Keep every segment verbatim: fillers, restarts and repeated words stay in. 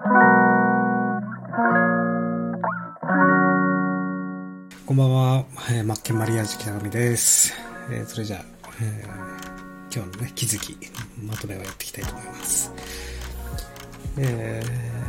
こんばんは、えー、マッケンマリアージュ北上です。えー、それじゃあ、えー、今日のね気づきまとめをやっていきたいと思います。え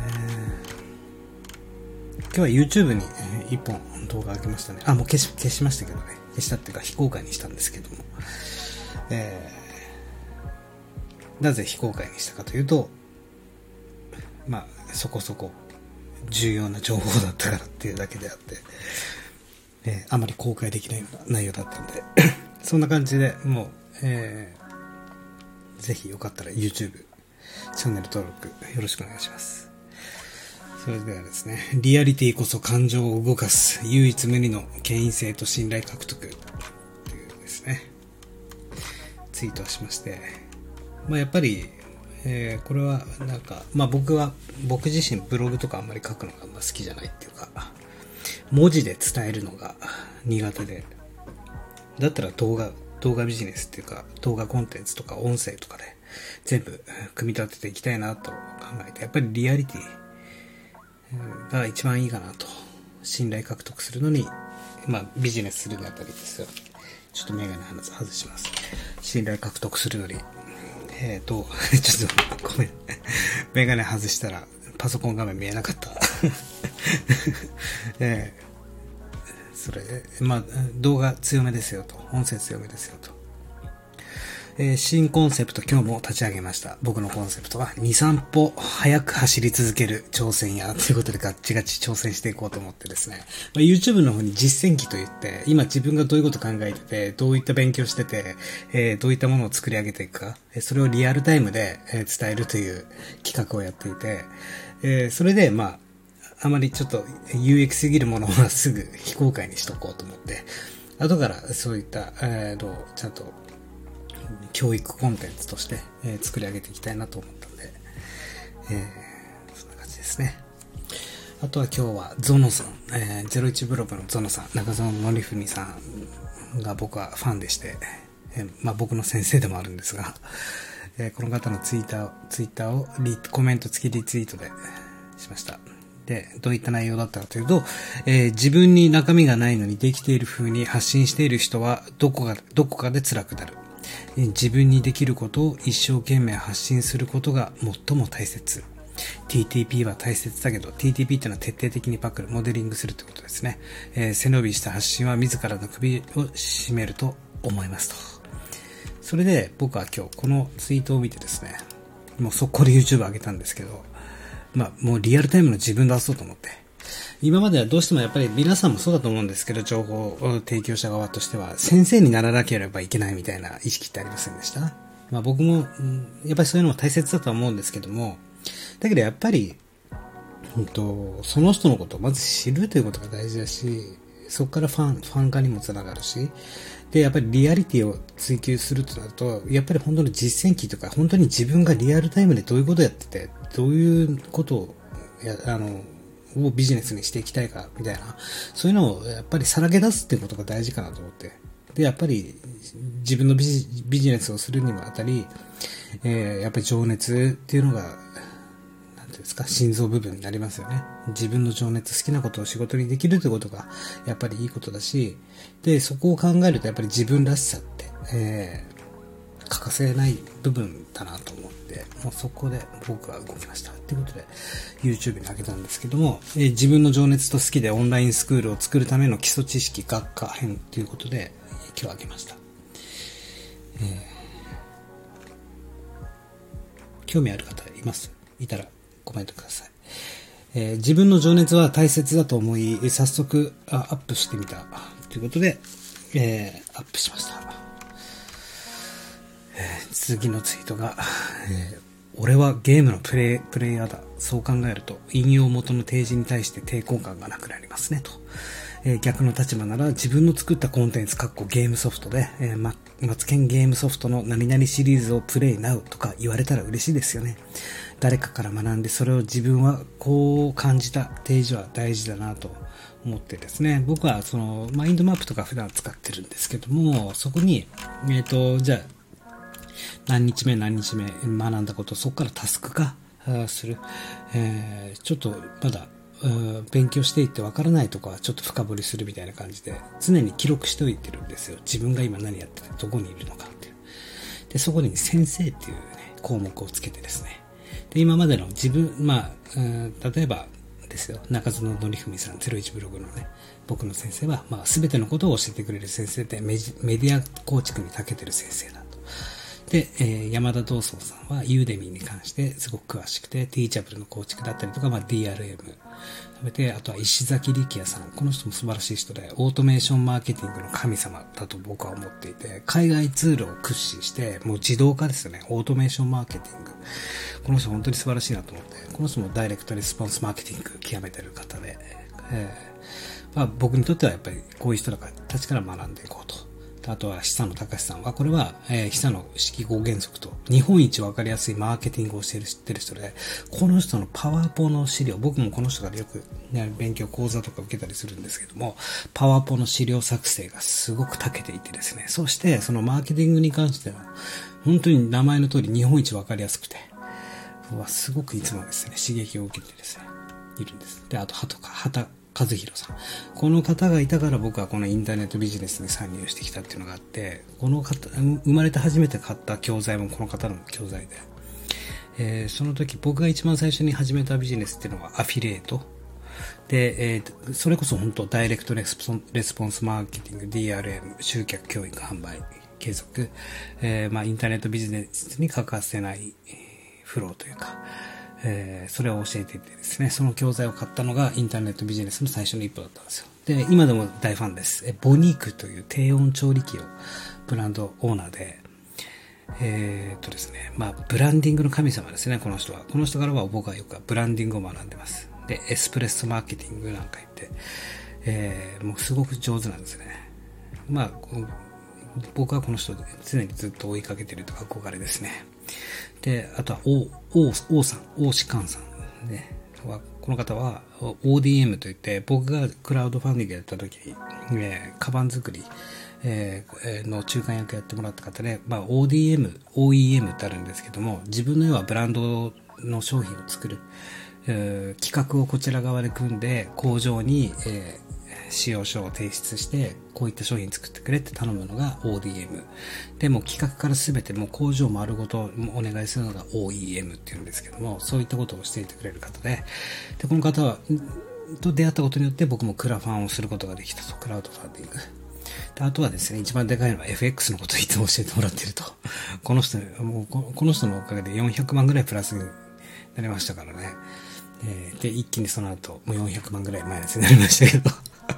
ー、今日は YouTube にいっぽん動画上げましたね。あ、もう消し消しましたけどね。消したっていうか非公開にしたんですけども、えー、なぜ非公開にしたかというと、まあそこそこ重要な情報だったからっていうだけであって。えー、あまり公開できないような内容だったんでそんな感じでもう、えー、ぜひよかったら YouTube チャンネル登録よろしくお願いします。それではですね、リアリティこそ感情を動かす唯一無二の権威性と信頼獲得というですねツイートをしまして、まあ、やっぱり、えー、これはなんか、まあ、僕は僕自身ブログとかあんまり書くのがあんま好きじゃないっていうか、文字で伝えるのが苦手で、だったら動画動画ビジネスっていうか動画コンテンツとか音声とかで全部組み立てていきたいなと考えて、やっぱりリアリティが一番いいかなと。信頼獲得するのに、まあビジネスするにあたりですよ。ちょっとメガネ外します。信頼獲得するのにえーとちょっとごめんメガネ外したらパソコン画面見えなかったえー、それまあ動画強めですよと、音声強めですよと、えー、新コンセプト今日も立ち上げました。僕のコンセプトはに、さんぽ早く走り続ける挑戦やということでガッチガチ挑戦していこうと思ってですね、まあ、YouTube の方に実践記といって今自分がどういうこと考えててどういった勉強してて、えー、どういったものを作り上げていくか、それをリアルタイムで伝えるという企画をやっていて、えー、それでまああまりちょっと有益すぎるものはすぐ非公開にしとこうと思って、後からそういった、えー、とちゃんと教育コンテンツとして、えー、作り上げていきたいなと思ったんで、えー、そんな感じですね。あとは今日はゾノさん、えー、ゼロイチブログのゾノさん、中園のりふみさんが僕はファンでして、えーまあ、僕の先生でもあるんですが、えー、この方のツイッターツイッターをリコメント付きリツイートでしました。で、どういった内容だったかというと、えー、自分に中身がないのにできている風に発信している人はどこか、どこかで辛くなる。えー、自分にできることを一生懸命発信することが最も大切。ティーティーピー は大切だけど、ティーティーピー っていうのは徹底的にパクる、モデリングするということですね。えー、背伸びした発信は自らの首を絞めると思いますと。それで僕は今日このツイートを見てですね、もう速攻で YouTube 上げたんですけど、まあ、もうリアルタイムの自分出そうと思って。今まではどうしてもやっぱり皆さんもそうだと思うんですけど、情報を提供者側としては先生にならなければいけないみたいな意識ってありませんでした？まあ僕も、やっぱりそういうのも大切だとは思うんですけども、だけどやっぱり、うんと、その人のことをまず知るということが大事だし、そこからファン、ファン化にもつながるし、で、やっぱりリアリティを追求するとなると、やっぱり本当に実践記とか、本当に自分がリアルタイムでどういうことをやってて、どういうことを、や、あの、をビジネスにしていきたいか、みたいな、そういうのをやっぱりさらけ出すっていうことが大事かなと思って。で、やっぱり自分のビジ、ビジネスをするにもあたり、えー、やっぱり情熱っていうのが、なんていうんですか、心臓部分になりますよね。自分の情熱、好きなことを仕事にできるということが、やっぱりいいことだし、で、そこを考えるとやっぱり自分らしさって、えー、欠かせない部分だなと思って、もうそこで僕は動きました。ということで、YouTube に上げたんですけども、えー、自分の情熱と好きでオンラインスクールを作るための基礎知識学科編ということで、今日上げました。えー、興味ある方います？いたらコメントください。えー、自分の情熱は大切だと思い、早速アップしてみたということで、えー、アップしました。えー、次のツイートが、えー、俺はゲームのプレイ、プレイヤーだ。そう考えると引用元の提示に対して抵抗感がなくなりますねと。えー、逆の立場なら自分の作ったコンテンツかっこゲームソフトで、えー、マツケンゲームソフトの何々シリーズをプレイナウとか言われたら嬉しいですよね。誰かから学んでそれを自分はこう感じた提示は大事だなと思ってですね、僕はそのマインドマップとか普段使ってるんですけども、そこにえっとじゃあ何日目何日目学んだこと、そこからタスク化する。えー、ちょっとまだ、勉強していってわからないとこはちょっと深掘りするみたいな感じで、常に記録しておいてるんですよ。自分が今何やってて、どこにいるのかっていう。で、そこに先生っていうね、項目をつけてですね。で、今までの自分、まあ、例えばですよ、中園則文さん、ゼロイチブログのね、僕の先生は、まあ、すべてのことを教えてくれる先生で、メディア構築に長けてる先生だと。で、えー、山田道宗さんはユーデミーに関してすごく詳しくて、ティーチャブルの構築だったりとか、まあ、ディーアールエム。食べて、あとは石崎力也さん。この人も素晴らしい人で、オートメーションマーケティングの神様だと僕は思っていて、海外ツールを駆使して、もう自動化ですよね。オートメーションマーケティング。この人本当に素晴らしいなと思って、この人もダイレクトレスポンスマーケティング極めてる方で、えーまあ、僕にとってはやっぱりこういう人たちから学んでいこうと。あとは久野隆さんは、これは、えー、久野式五原則と、日本一わかりやすいマーケティングをしている、知ってる人で、この人のパワーポの資料、僕もこの人からよく、ね、勉強講座とか受けたりするんですけども、パワーポの資料作成がすごく長けていてですね、そしてそのマーケティングに関しては、本当に名前の通り日本一わかりやすくて、すごくいつもですね、刺激を受けてですね、いるんです。で、あと、はとか、はた、和弘さん。この方がいたから僕はこのインターネットビジネスに参入してきたっていうのがあって、この方、生まれて初めて買った教材もこの方の教材で、えー、その時僕が一番最初に始めたビジネスっていうのはアフィリエイト。で、えー、それこそ本当ダイレクトレスポン、レスポンスマーケティング、ディーアールエム、集客教育販売、継続、えー、まあインターネットビジネスに欠かせないフローというか、えー、それを教えていてですね、その教材を買ったのがインターネットビジネスの最初の一歩だったんですよ。で、今でも大ファンです。えボニークという低温調理器をブランドオーナーで、えー、っとですね、まあ、ブランディングの神様ですね、この人は。この人からは僕はよくブランディングを学んでます。で、エスプレッソマーケティングなんか言って、えー、もうすごく上手なんですね。まあ、僕はこの人で常にずっと追いかけてると憧れですね。で、あとは、王、王、王さん、王志寛さんね。この方は オーディーエム といって、僕がクラウドファンディングやった時に、えー、カバン作り、えー、の中間役やってもらった方で、まあ オーディーエム、オーイーエム ってあるんですけども、自分の要はブランドの商品を作る、えー、企画をこちら側で組んで、工場に、えー使用書を提出して、こういった商品作ってくれって頼むのが オーディーエム。でも企画からすべてもう工場丸ごとお願いするのが オーイーエム っていうんですけども、そういったことをしていてくれる方で、で、この方は、と出会ったことによって僕もクラファンをすることができたと。クラウドファンディング。で、あとはですね、一番でかいのは エフエックス のことをいつも教えてもらっていると。この人、もうこの人のおかげでよんひゃくまんぐらいプラスになりましたからね。えー、で、一気にその後、もうよんひゃくまんぐらいマイナスになりましたけど。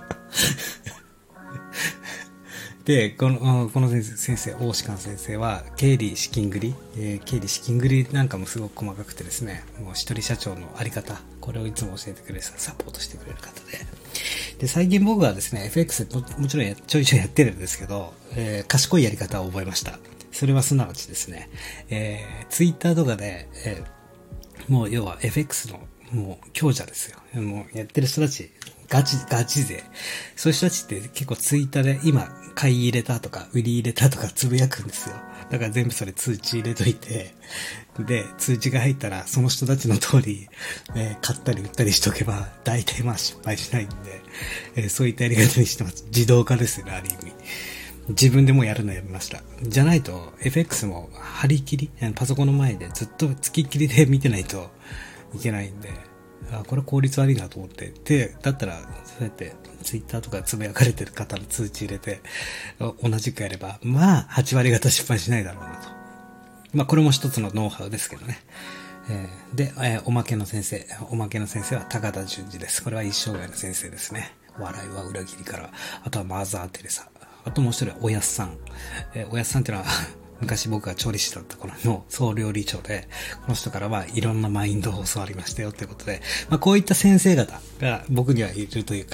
で、この、この先生、大志寛先生は、経理資金繰り、えー、経理資金繰りなんかもすごく細かくてですね、もう一人社長のあり方、これをいつも教えてくれる、サポートしてくれる方で。で、最近僕はですね、エフエックス も, もちろんちょいちょいやってるんですけど、えー、賢いやり方を覚えました。それはすなわちですね、えー、ツイッターとかで、えー、もう要は エフエックス のもう強者ですよ。もうやってる人たち、ガチ、ガチ勢。そういう人たちって結構ツイッターで今買い入れたとか売り入れたとかつぶやくんですよ。だから全部それ通知入れといて、で、通知が入ったらその人たちの通り、えー、買ったり売ったりしとけば大体まあ失敗しないんで、えー、そういったやり方にしてます。自動化ですよね、ある意味。自分でもやるのやめました。じゃないと エフエックス も張り切り、パソコンの前でずっと付きっきりで見てないといけないんで、あ、これ効率悪いなと思って。で、だったら、そうやって、ツイッターとかつぶやかれてる方の通知入れて、同じくやれば、まあ、はち割方失敗しないだろうなと。まあ、これも一つのノウハウですけどね。えー、で、えー、おまけの先生。おまけの先生は高田純次です。これは一生涯の先生ですね。笑いは裏切りから。あとはマザー・テレサ。あともう一人はおやっさん。えー、おやっさんっていうのは、昔僕が調理師だった頃の総料理長で、この人からはいろんなマインドを教わりましたよということで、まあこういった先生方が僕にはいるというか、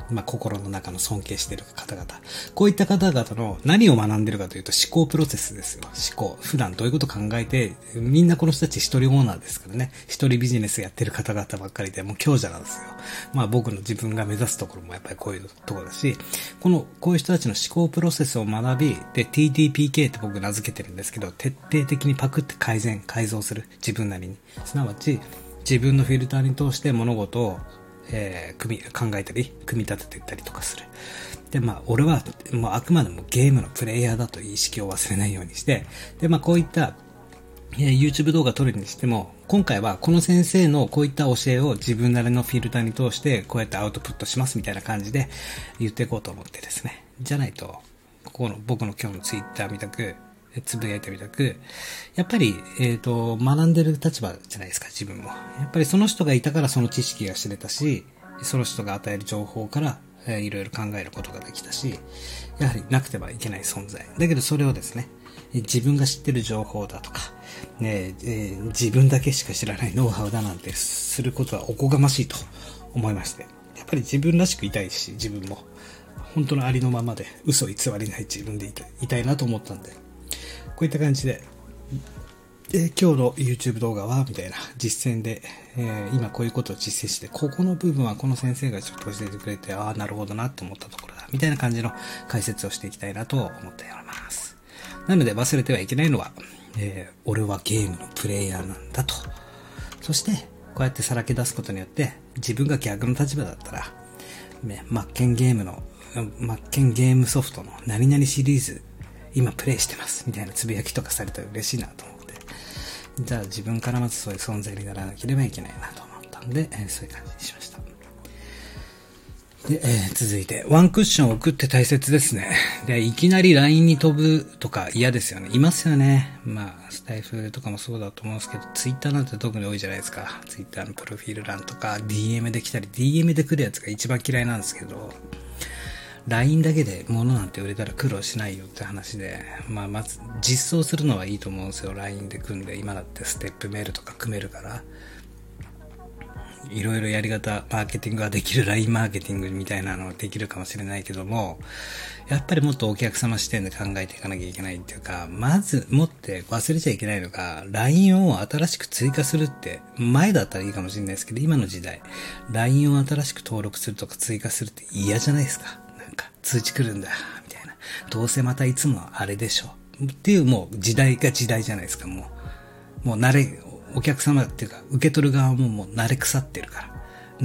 まあ、心の中の尊敬している方々。こういった方々の何を学んでるかというと思考プロセスですよ。思考。普段どういうことを考えて、みんなこの人たち一人オーナーですからね。一人ビジネスやってる方々ばっかりで、もう強者なんですよ。まあ僕の自分が目指すところもやっぱりこういうところだし、この、こういう人たちの思考プロセスを学び、で、ティーティーピーケー って僕名付けてるんですけど、徹底的にパクって改善、改造する。自分なりに。すなわち、自分のフィルターに通して物事をえー、組み、考えたり、組み立てていったりとかする。で、まあ、俺は、もうあくまでもゲームのプレイヤーだという意識を忘れないようにして、で、まあ、こういった、えー、YouTube 動画撮るにしても、今回はこの先生のこういった教えを自分なりのフィルターに通して、こうやってアウトプットしますみたいな感じで言っていこうと思ってですね。じゃないと、ここの僕の今日の Twitter みたく、つぶやいてみたく、やっぱり、えっと、学んでる立場じゃないですか、自分も。やっぱりその人がいたからその知識が知れたし、その人が与える情報から、えー、いろいろ考えることができたし、やはりなくてはいけない存在。だけどそれをですね、自分が知ってる情報だとか、ねえー、自分だけしか知らないノウハウだなんてすることはおこがましいと思いまして。やっぱり自分らしくいたいし、自分も。本当のありのままで嘘偽りない自分でいたい、いたいなと思ったんで。こういった感じで、で今日の YouTube 動画はみたいな実践で、えー、今こういうことを実践して、ここの部分はこの先生がちょっと教えてくれて、ああなるほどなと思ったところだみたいな感じの解説をしていきたいなと思っております。なので忘れてはいけないのは、えー、俺はゲームのプレイヤーなんだと。そしてこうやってさらけ出すことによって、自分が逆の立場だったら、ね、マッケンゲームのマッケンゲームソフトの何々シリーズ今プレイしてますみたいなつぶやきとかされたら嬉しいなと思って、じゃあ自分からまずそういう存在にならなければいけないなと思ったんで、えー、そういう感じにしました。で、えー、続いてワンクッションを置くって大切ですね。で、いきなり ライン に飛ぶとか嫌ですよね。いますよね。まあスタイフとかもそうだと思うんですけど、ツイッターなんて特に多いじゃないですか。ツイッターのプロフィール欄とか ディーエム で来たり ディーエム で来るやつが一番嫌いなんですけど、ライン だけで物なんて売れたら苦労しないよって話で、まあまず実装するのはいいと思うんですよ。ライン で組んで、今だってステップメールとか組めるから、いろいろやり方、マーケティングができる ライン マーケティングみたいなのできるかもしれないけども、やっぱりもっとお客様視点で考えていかなきゃいけないっていうか、まずもって忘れちゃいけないのが、ライン を新しく追加するって、前だったらいいかもしれないですけど、今の時代、ライン を新しく登録するとか追加するって嫌じゃないですか。通知来るんだみたいな、どうせまたいつもあれでしょっていう、もう時代が時代じゃないですか。もうもう慣れ、お客様っていうか受け取る側ももう慣れ腐ってるから、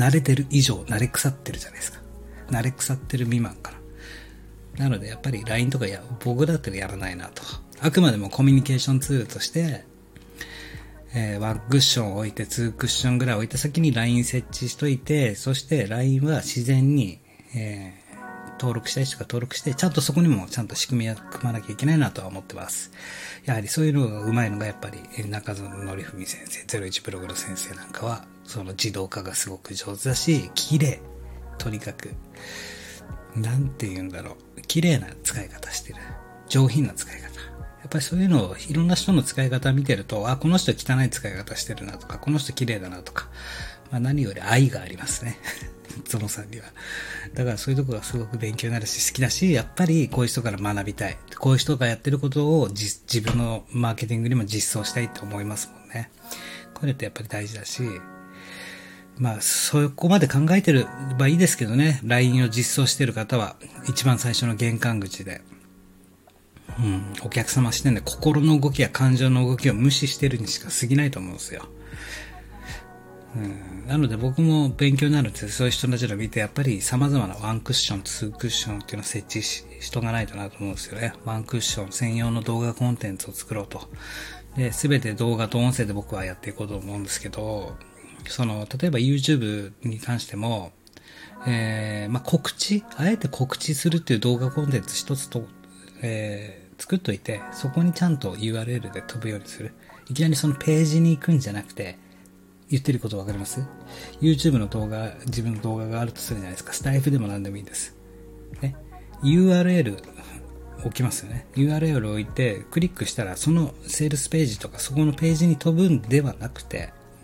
慣れてる以上慣れ腐ってるじゃないですか。慣れ腐ってる未満から。なのでやっぱり ライン とかや僕だったらやらないなと。あくまでもコミュニケーションツールとして、えー、ワンクッションを置いてツークッションぐらい置いた先に ライン 設置しといて、そして ライン は自然に、えー登録したい人が登録して、ちゃんとそこにもちゃんと仕組みを組まなきゃいけないなとは思ってます。やはりそういうのが上手いのがやっぱり中園則文先生、ゼロイチブログの先生なんかは、その自動化がすごく上手だし、綺麗。とにかく、なんて言うんだろう。綺麗な使い方してる。上品な使い方。やっぱりそういうのをいろんな人の使い方見てると、あ、この人汚い使い方してるなとか、この人綺麗だなとか、まあ何より愛がありますね。ゾノさんには。だからそういうところがすごく勉強になるし好きだし、やっぱりこういう人から学びたい。こういう人がやってることを自分のマーケティングにも実装したいって思いますもんね。これってやっぱり大事だし、まあそこまで考えてればいいですけどね。ライン を実装している方は一番最初の玄関口で、うん、お客様視点で心の動きや感情の動きを無視してるにしか過ぎないと思うんですよ。うん、なので僕も勉強になるんですよ。そういう人たちの見て、やっぱり様々なワンクッション、ツークッションっていうのを設置し、しとかないとなと思うんですよね。ワンクッション専用の動画コンテンツを作ろうと。で、すべて動画と音声で僕はやっていこうと思うんですけど、その、例えば YouTube に関しても、えー、まあ、告知、あえて告知するっていう動画コンテンツ一つと、えー、作っといて、そこにちゃんと ユーアールエル で飛ぶようにする。いきなりそのページに行くんじゃなくて、言ってることわかります？ YouTube の動画、自分の動画があるとするじゃないですか。スタイフでも何でもいいです。ね。ユーアールエル 置きますよね。ユーアールエル を置いて、クリックしたら、そのセールスページとか、そこのページに飛ぶんではなくて、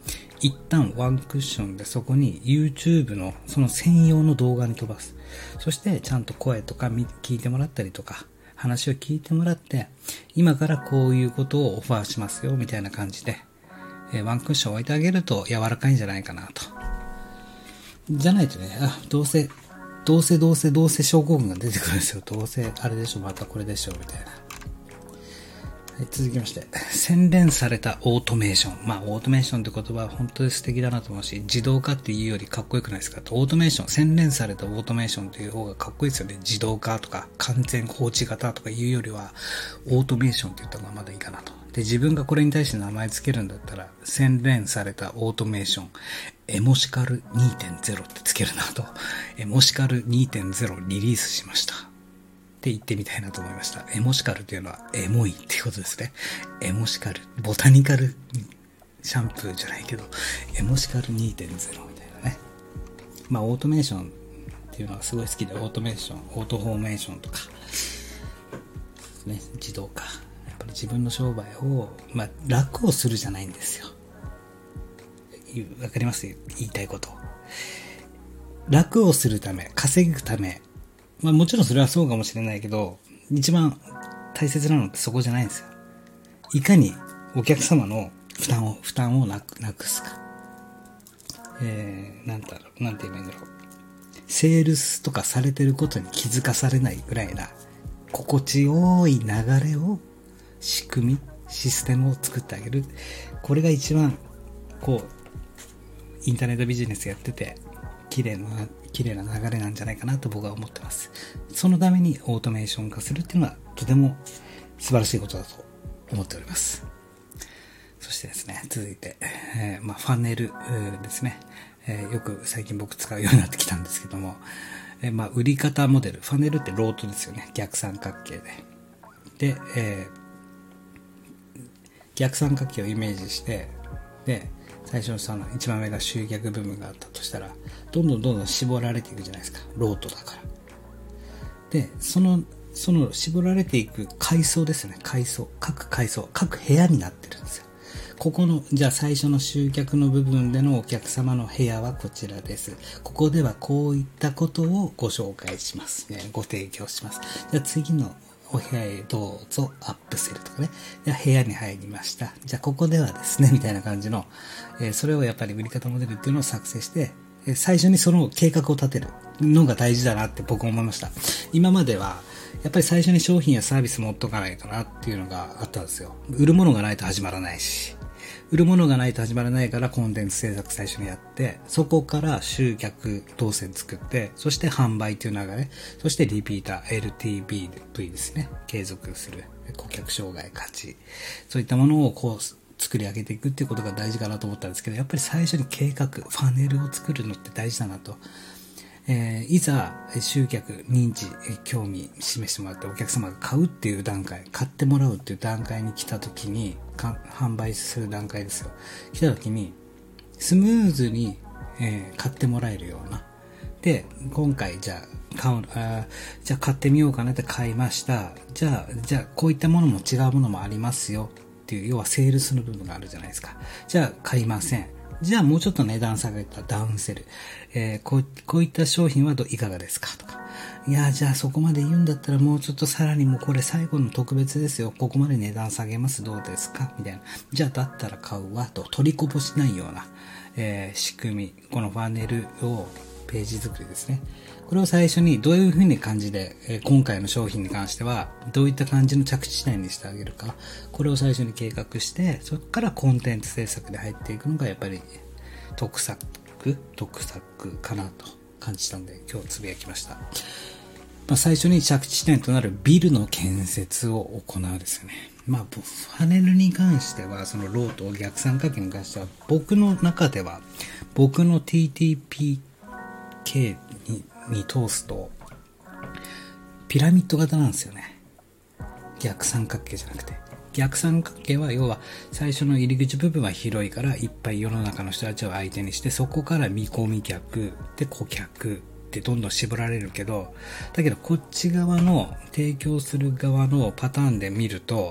一旦ワンクッションでそこに YouTube のその専用の動画に飛ばす。そしてちゃんと声とか聞いてもらったりとか、話を聞いてもらって、今からこういうことをオファーしますよみたいな感じで、えー、ワンクッション置いてあげると柔らかいんじゃないかなと。じゃないとね、あ、どうせ、どうせどうせどうせ症候群が出てくるんですよ。どうせあれでしょ、またこれでしょ、みたいな。はい、続きまして、洗練されたオートメーション。まあ、オートメーションって言葉は本当に素敵だなと思うし、自動化っていうよりかっこよくないですか。オートメーション、洗練されたオートメーションっていう方がかっこいいですよね。自動化とか、完全放置型とかいうよりは、オートメーションって言った方がまだいいかなと。で、自分がこれに対して名前つけるんだったら、洗練されたオートメーション、エモシカル にてんゼロ ってつけるなと。エモシカル にてんゼロ リリースしました。って言ってみたいなと思いました。エモシカルというのはエモいっていうことですね。エモシカル、ボタニカルシャンプーじゃないけど、エモシカル にてんゼロ みたいなね。まあ、オートメーションっていうのはすごい好きで、オートメーション、オートフォーメーションとか、ね、自動化。やっぱり自分の商売を、まあ、楽をするじゃないんですよ。わかります言いたいこと。楽をするため、稼ぐため、まあもちろんそれはそうかもしれないけど、一番大切なのってそこじゃないんですよ。いかにお客様の負担を、負担をなく、なくすか。えー、なんだろう、なんて言えばいいんだろう。セールスとかされてることに気づかされないぐらいな、心地よい流れを、仕組み、システムを作ってあげる。これが一番、こう、インターネットビジネスやってて、綺麗な、綺麗な流れなんじゃないかなと僕は思ってます。そのためにオートメーション化するっていうのはとても素晴らしいことだと思っております。そしてですね、続いて、えー、まあファネルですね、えー。よく最近僕使うようになってきたんですけども、えー、まあ売り方モデル、ファネルってロートですよね。逆三角形で。で、えー、逆三角形をイメージして、で、最初のその一番上が集客部分があったとしたら、どんどんどんどん絞られていくじゃないですか。ロートだから。で、その、その絞られていく階層ですよね。階層。各階層。各部屋になってるんですよ。ここの、じゃあ最初の集客の部分でのお客様の部屋はこちらです。ここではこういったことをご紹介します。ね、ご提供します。じゃあ次のお部屋へどうぞアップセルとかね。じゃあ部屋に入りました。じゃあここではですね、みたいな感じの、えー、それをやっぱり売り方モデルっていうのを作成して、えー、最初にその計画を立てるのが大事だなって僕は思いました。今までは、やっぱり最初に商品やサービス持っとかないとなっていうのがあったんですよ。売るものがないと始まらないし。売るものがないと始まらないからコンテンツ制作最初にやって、そこから集客動線作って、そして販売という流れ、そしてリピーター、エルティービー ですね。継続する、顧客障害価値。そういったものをこう作り上げていくっていうことが大事かなと思ったんですけど、やっぱり最初に計画、ファネルを作るのって大事だなと。えー、いざ集客、認知、興味示してもらってお客様が買うっていう段階、買ってもらうっていう段階に来た時に、販売する段階ですよ。来た時に、スムーズに、えー、買ってもらえるような。で、今回じゃあ、買う、あじゃあ買ってみようかなって買いました。じゃあ、じゃあこういったものも違うものもありますよっていう、要はセールスの部分があるじゃないですか。じゃあ買いません。じゃあもうちょっと値段下げたダウンセル。えー、こう、こういった商品はどいかがですかとか。いや、じゃあそこまで言うんだったらもうちょっとさらにもうこれ最後の特別ですよ。ここまで値段下げます。どうですかみたいな。じゃあだったら買うわと取りこぼしないような、えー、仕組み。このファネルをページ作りですね。これを最初にどういうふうに感じで、えー、今回の商品に関してはどういった感じの着地点にしてあげるか。これを最初に計画して、そこからコンテンツ制作で入っていくのがやっぱり得策、得策かなと感じたので今日つぶやきました。まあ、最初に着地点となるビルの建設を行うですよね。まあ、ファネルに関しては、そのローと逆三角形に関しては、僕の中では、僕の ティーティーピーケー に, に通すと、ピラミッド型なんですよね。逆三角形じゃなくて。逆三角形は要は最初の入り口部分は広いからいっぱい世の中の人たちを相手にして、そこから見込み客で顧客ってどんどん絞られるけど、だけどこっち側の提供する側のパターンで見ると、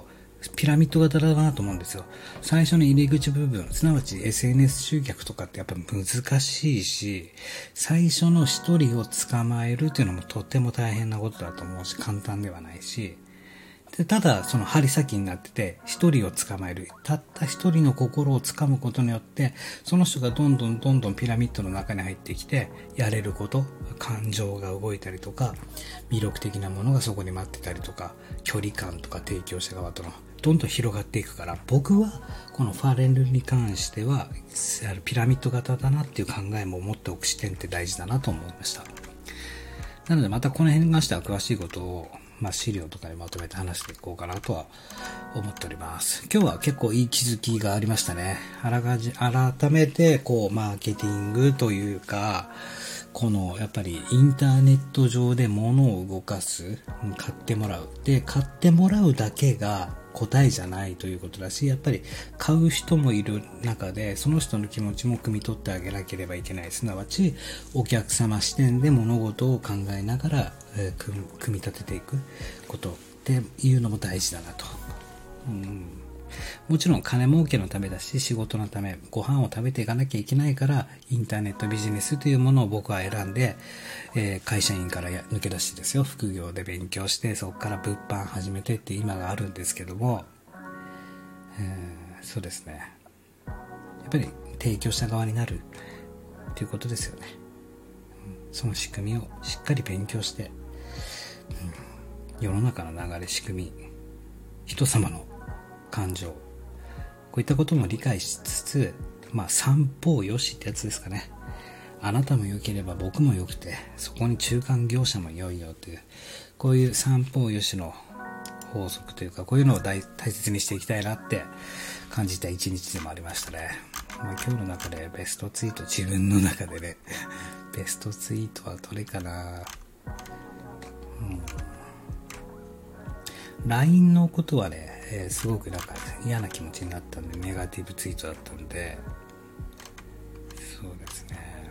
ピラミッド型だなと思うんですよ。最初の入り口部分、すなわち エスエヌエス 集客とかってやっぱ難しいし、最初の一人を捕まえるっていうのもとっても大変なことだと思うし、簡単ではないし、でただその針先になってて一人を捕まえる、たった一人の心を掴むことによってその人がどんどんどんどんピラミッドの中に入ってきて、やれること、感情が動いたりとか魅力的なものがそこに待ってたりとか、距離感とか提供者側とのどんどん広がっていくから、僕はこのファレルに関してはピラミッド型だなっていう考えも持っておく視点って大事だなと思いました。なのでまたこの辺に関しては詳しいことをまあ、資料とかにまとめて話していこうかなとは思っております。今日は結構いい気づきがありましたね。あらがじ、改めてこうマーケティングというか、このやっぱりインターネット上で物を動かす、買ってもらう。で、買ってもらうだけが答えじゃないということだし、やっぱり買う人もいる中でその人の気持ちも汲み取ってあげなければいけない。すなわちお客様視点で物事を考えながら、えー、組, 組み立てていくことっていうのも大事だなと、うん、もちろん金儲けのためだし仕事のため、ご飯を食べていかなきゃいけないからインターネットビジネスというものを僕は選んで、えー、会社員から抜け出してですよ、副業で勉強してそこから物販始めてって今があるんですけども、えー、そうですね、やっぱり提供者側になるということですよね、うん、その仕組みをしっかり勉強して、うん、世の中の流れ、仕組み、人様の感情、こういったことも理解しつつ、まあ三方よしってやつですかね。あなたも良ければ僕も良くて、そこに中間業者も良いよという、こういう三方よしの法則というか、こういうのを大大切にしていきたいなって感じた一日でもありましたね。まあ、今日の中でベストツイート、自分の中でねベストツイートはどれかな、うん、ライン のことはね、えー、すごくなんか嫌な気持ちになったんで、ネガティブツイートだったんで、そうですね、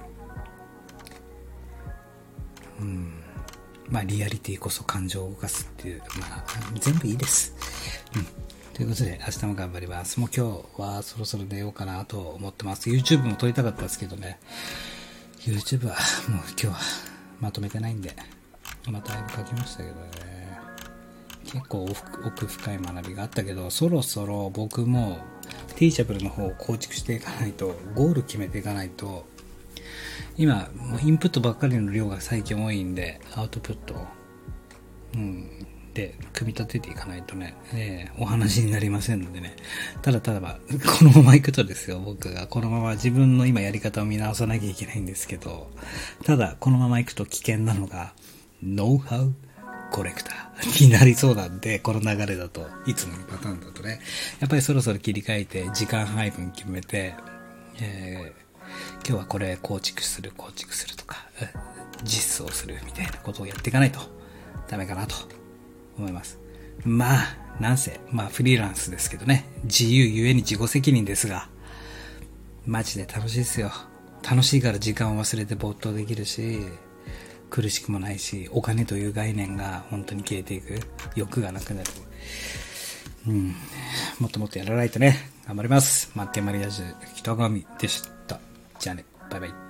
うん、まあリアリティこそ感情を動かすっていう、まあ全部いいです、うん、ということで明日も頑張ります。もう今日はそろそろ寝ようかなと思ってます。 YouTube も撮りたかったですけどね、 YouTube はもう今日はまとめてないんで、まただいぶ書きましたけどね、結構奥深い学びがあったけど、そろそろ僕もティーチャブルの方を構築していかないと、ゴール決めていかないと、今もうインプットばっかりの量が最近多いんで、アウトプット、うん、で組み立てていかないとね、えー、お話になりませんのでね、ただただ、まあ、このままいくとですよ、僕がこのまま自分の今やり方を見直さなきゃいけないんですけど、ただこのままいくと危険なのがノウハウコレクターになりそうなんで、この流れだと、いつものパターンだとね、やっぱりそろそろ切り替えて時間配分決めて、えー、今日はこれ構築する構築するとか実装するみたいなことをやっていかないとダメかなと思います。まあなんせまあフリーランスですけどね、自由ゆえに自己責任ですが、マジで楽しいですよ。楽しいから時間を忘れて没頭できるし、苦しくもないし、お金という概念が本当に消えていく、欲がなくなる、うん、もっともっとやらないとね。頑張ります。マッケンマリアージュ北上でした。じゃあね、バイバイ。